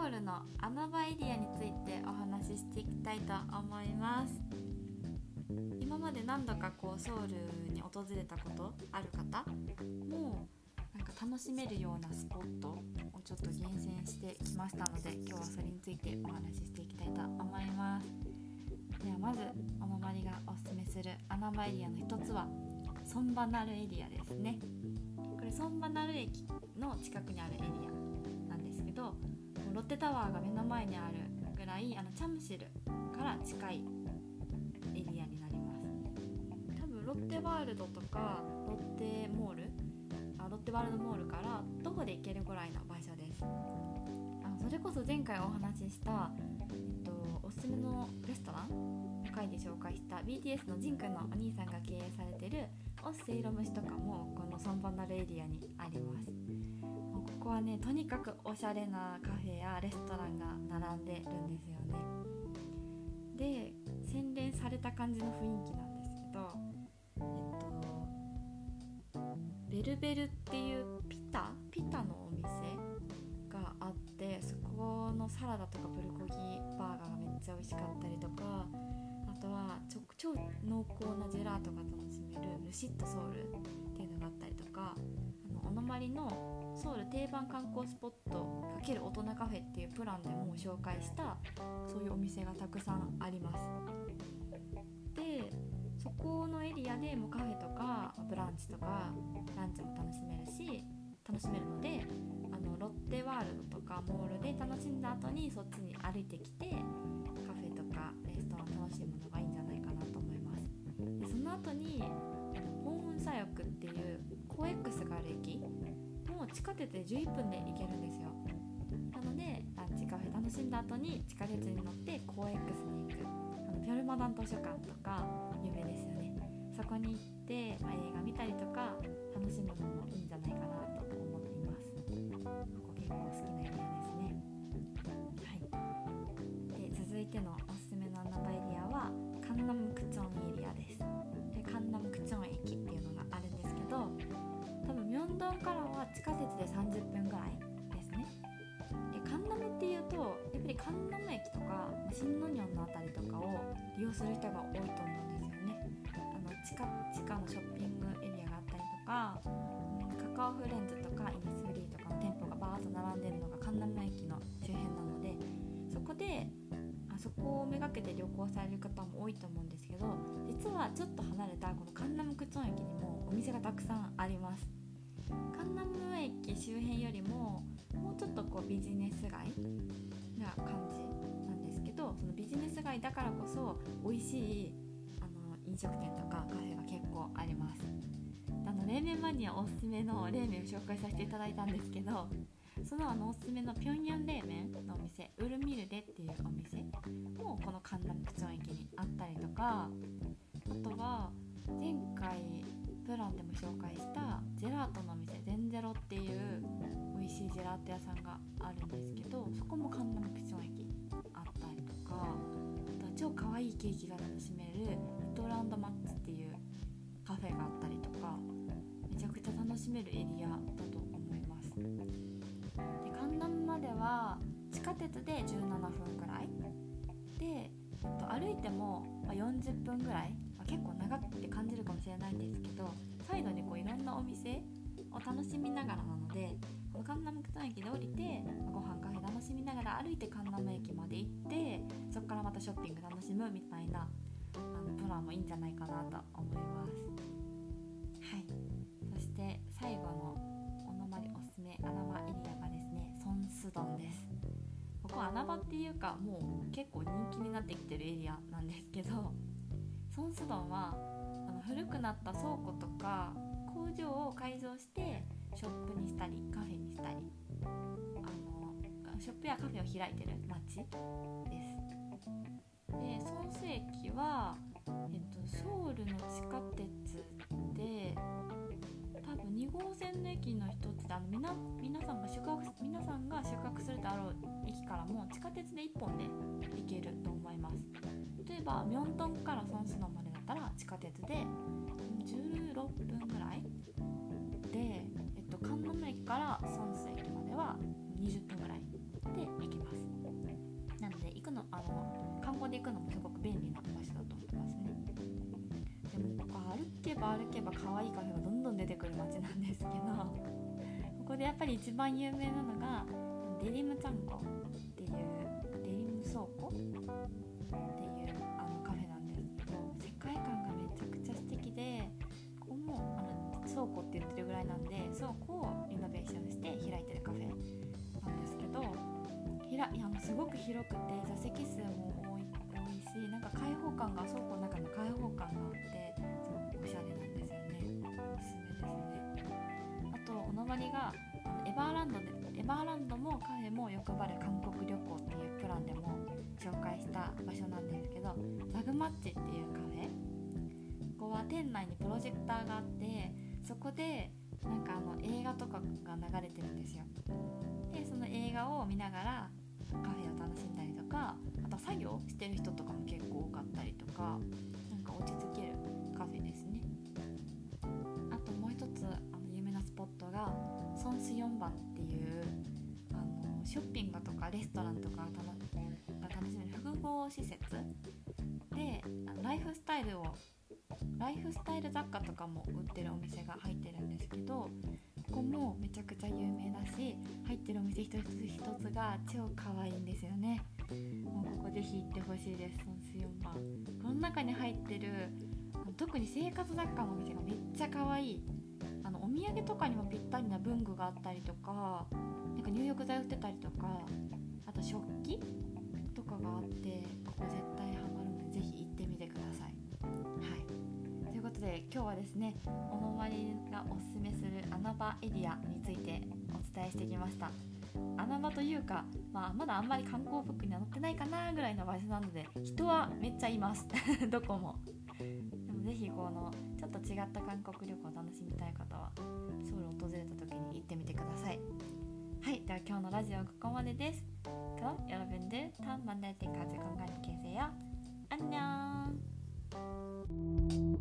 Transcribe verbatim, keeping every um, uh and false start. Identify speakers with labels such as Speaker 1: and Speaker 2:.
Speaker 1: ールの穴場エリアについてお話ししていきたいと思います。今まで何度かこうソウルに訪れたことある方もなんか楽しめるようなスポットをちょっと厳選してきましたので、今日はそれについてお話ししていきたいと思います。ではまずおままりがおすすめする穴場エリアの一つはソンバナルエリアですね。これソンバナル駅の近くにあるエリアなんですけど、ロッテタワーが目の前にあるぐらいあのチャムシルから近いエリアになります。多分ロッテワールドとかロッテモールあロッテワールドモールから徒歩で行けるぐらいの場所です。あのそれこそ前回お話しした、えっと、おすすめのレストランの回で紹介した ビーティーエス のジンくんのお兄さんが経営されてるオッセイロムシとかもこのソンバナルエリアにあります。ここはね、とにかくおしゃれなカフェやレストランが並んでるんですよね。で、洗練された感じの雰囲気なんですけど、えっとベルベルっていうピタピタのお店があって、そこのサラダとかプルコギバーガーがめっちゃ美味しかったりとか、あとはちょ超濃厚なジェラートが楽しめるルシットソウルっていうのがあったりとか、あのおのまりのソウル定番観光スポット×大人カフェっていうプランでも紹介したそういうお店がたくさんあります。で、そこのエリアでもカフェとかブランチとかランチも楽しめるし楽しめるので、あのロッテワールドとかモールで楽しんだ後にそっちに歩いてきてカフェとかレストラン楽しむのがいいんじゃないかなと思います。でその後にポンウンサヨクっていうコーエックスがある駅もう地下鉄でじゅういっぷんで行けるんですよ。なのでランチカフェ楽しんだ後に地下鉄に乗ってコーエックスに行く、あのピョルマダン図書館とか有名ですよね。そこに行って、まあ、映画見たりとか楽しむのもいいんじゃないかなと思っています。ここ結構好きなエリアですね。はい。で、続いてのおすすめの穴場エリアはカンナムクチョンエリアです。で、カンナムクチョン駅っていうのがあるんですけど、多分ミョンドンからは地下鉄でさんじゅっぷんぐらいですね。で、カンナムっていうとやっぱりカンナム駅とかシンノニョンのあたりとかを利用する人が多いと思うんですよね。あの地下地下のショッピングエリアがあったりとか、カカオフレンズとかイニスフリーとかの店舗がバーッと並んでるのがカンナム駅の周辺なので、そこであそこをめがけて旅行される方も多いと思うんですけど、実はちょっと離れたこのカンナムクチョン駅にもお店がたくさんあります。カンナム駅周辺よりももうちょっとこうビジネス街な感じなんですけど、そのビジネス街だからこそ美味しいあの飲食店とかカフェが結構あります。あの冷麺マニアおすすめの冷麺を紹介させていただいたんですけど、そのあのおすすめのピョンヤン冷麺のお店ウルミルデっていうお店もこのカンナムクチョン駅にあったりとか、あとは前回プランでも紹介したジェラートのお店デンゼロっていう美味しいジェラート屋さんがあるんですけど、そこもカンナムクチョン駅あったりとか、あとは超可愛いケーキが楽しめるリトル&マッツっていうカフェがあったりとか、めちゃくちゃ楽しめるエリアだと思います。で、カンナムまでは地下鉄でじゅうななふんぐらいで、えっと、歩いてもよんじゅっぷんぐらい、まあ、結構長くて感じるかもしれないんですけど、サイドにこういろんなお店を楽しみながらなので、このカンナムクチョン駅で降りてご飯カフェ楽しみながら歩いてカンナム駅まで行って、そこからまたショッピング楽しむみたいなあのプランもいいんじゃないかなと思います。はい。そして最後のおのまりおすすめ穴場エリアがですね、ソンスドンです。ここは穴場っていうかもう結構人気になってきてるエリアなんですけど、ソンスドンはあの古くなった倉庫とか工場を改造してショップにしたりカフェにしたり、あのショップやカフェを開いてる街です。で、ソンス駅は、えっと、ソウルの地下鉄で多分に号線の駅の一つで、あのみな皆さんが宿泊皆さんが宿泊するであろう駅からも地下鉄でいっぽんで行けると思います。例えばミョンドンからソンスドンまでだったら地下鉄でじゅうろっぷんぐらいで、えっと、カンナム駅からソンス駅まではにじゅっぷんぐらいで行きます。 歩で行くのもすごく便利な場所だと思いますね。でもここ歩けば歩けば可愛いカフェがどんどん出てくる街なんですけど、ここでやっぱり一番有名なのがデリムチャンコっていうデリム倉庫っていうあのカフェなんですけど、世界観がめちゃくちゃ素敵で、ここもあの倉庫って言ってるぐらいなんで倉庫をリノベーションして開いてるカフェなんですけど、ひらいやもうすごく広くて座席数も多い多いし、なんか開放感が倉庫の中の開放感があってすごくおしゃれなんですよね。おすすめですね。あとおのまりがあのエバーランドでエバーランドもカフェも欲張る韓国旅行っていうプランでも紹介した場所なんですけど、ザグマッチっていうカフェ、ここは店内にプロジェクターがあって、そこでなんかあの映画とかが流れてるんですよ。でその映画を見ながらカフェを楽しんだりとか、あと作業してる人とかも結構多かったりとか、なんか落ち着けるカフェですね。あともう一つあの有名なスポットがソンスヨンバンっていうあのショッピングとかレストランとかが楽しめる複合施設で、ライフスタイルをライフスタイル雑貨とかも売ってるお店が入ってるんですけど、ここもめちゃくちゃ有名だし、入ってるお店一つ一つが超可愛いんですよね。もうここぜひ行ってほしいです。ソンスヨンバン、この中に入ってる特に生活雑貨のお店がめっちゃ可愛い。あのお土産とかにもぴったりな文具があったりとか、なんか入浴剤売ってたりとか、あと食器とかがあって、ここ絶対ハマるのでぜひ行ってみてください。はい、ということで今日はですね、おのまりがおすすめする穴場エリアについてお伝えしてきました。穴場というか、まあ、まだあんまり観光ブックには載ってないかなぐらいの場所なので、人はめっちゃいますどこも。でもぜひこのちょっと違った韓国旅行を楽しみたい方はソウルを訪れた時に行ってみてください。はい、では今日のラジオはここまでです。그럼 여러분들 다음 만날 때까지 건강히 계세요. 안녕.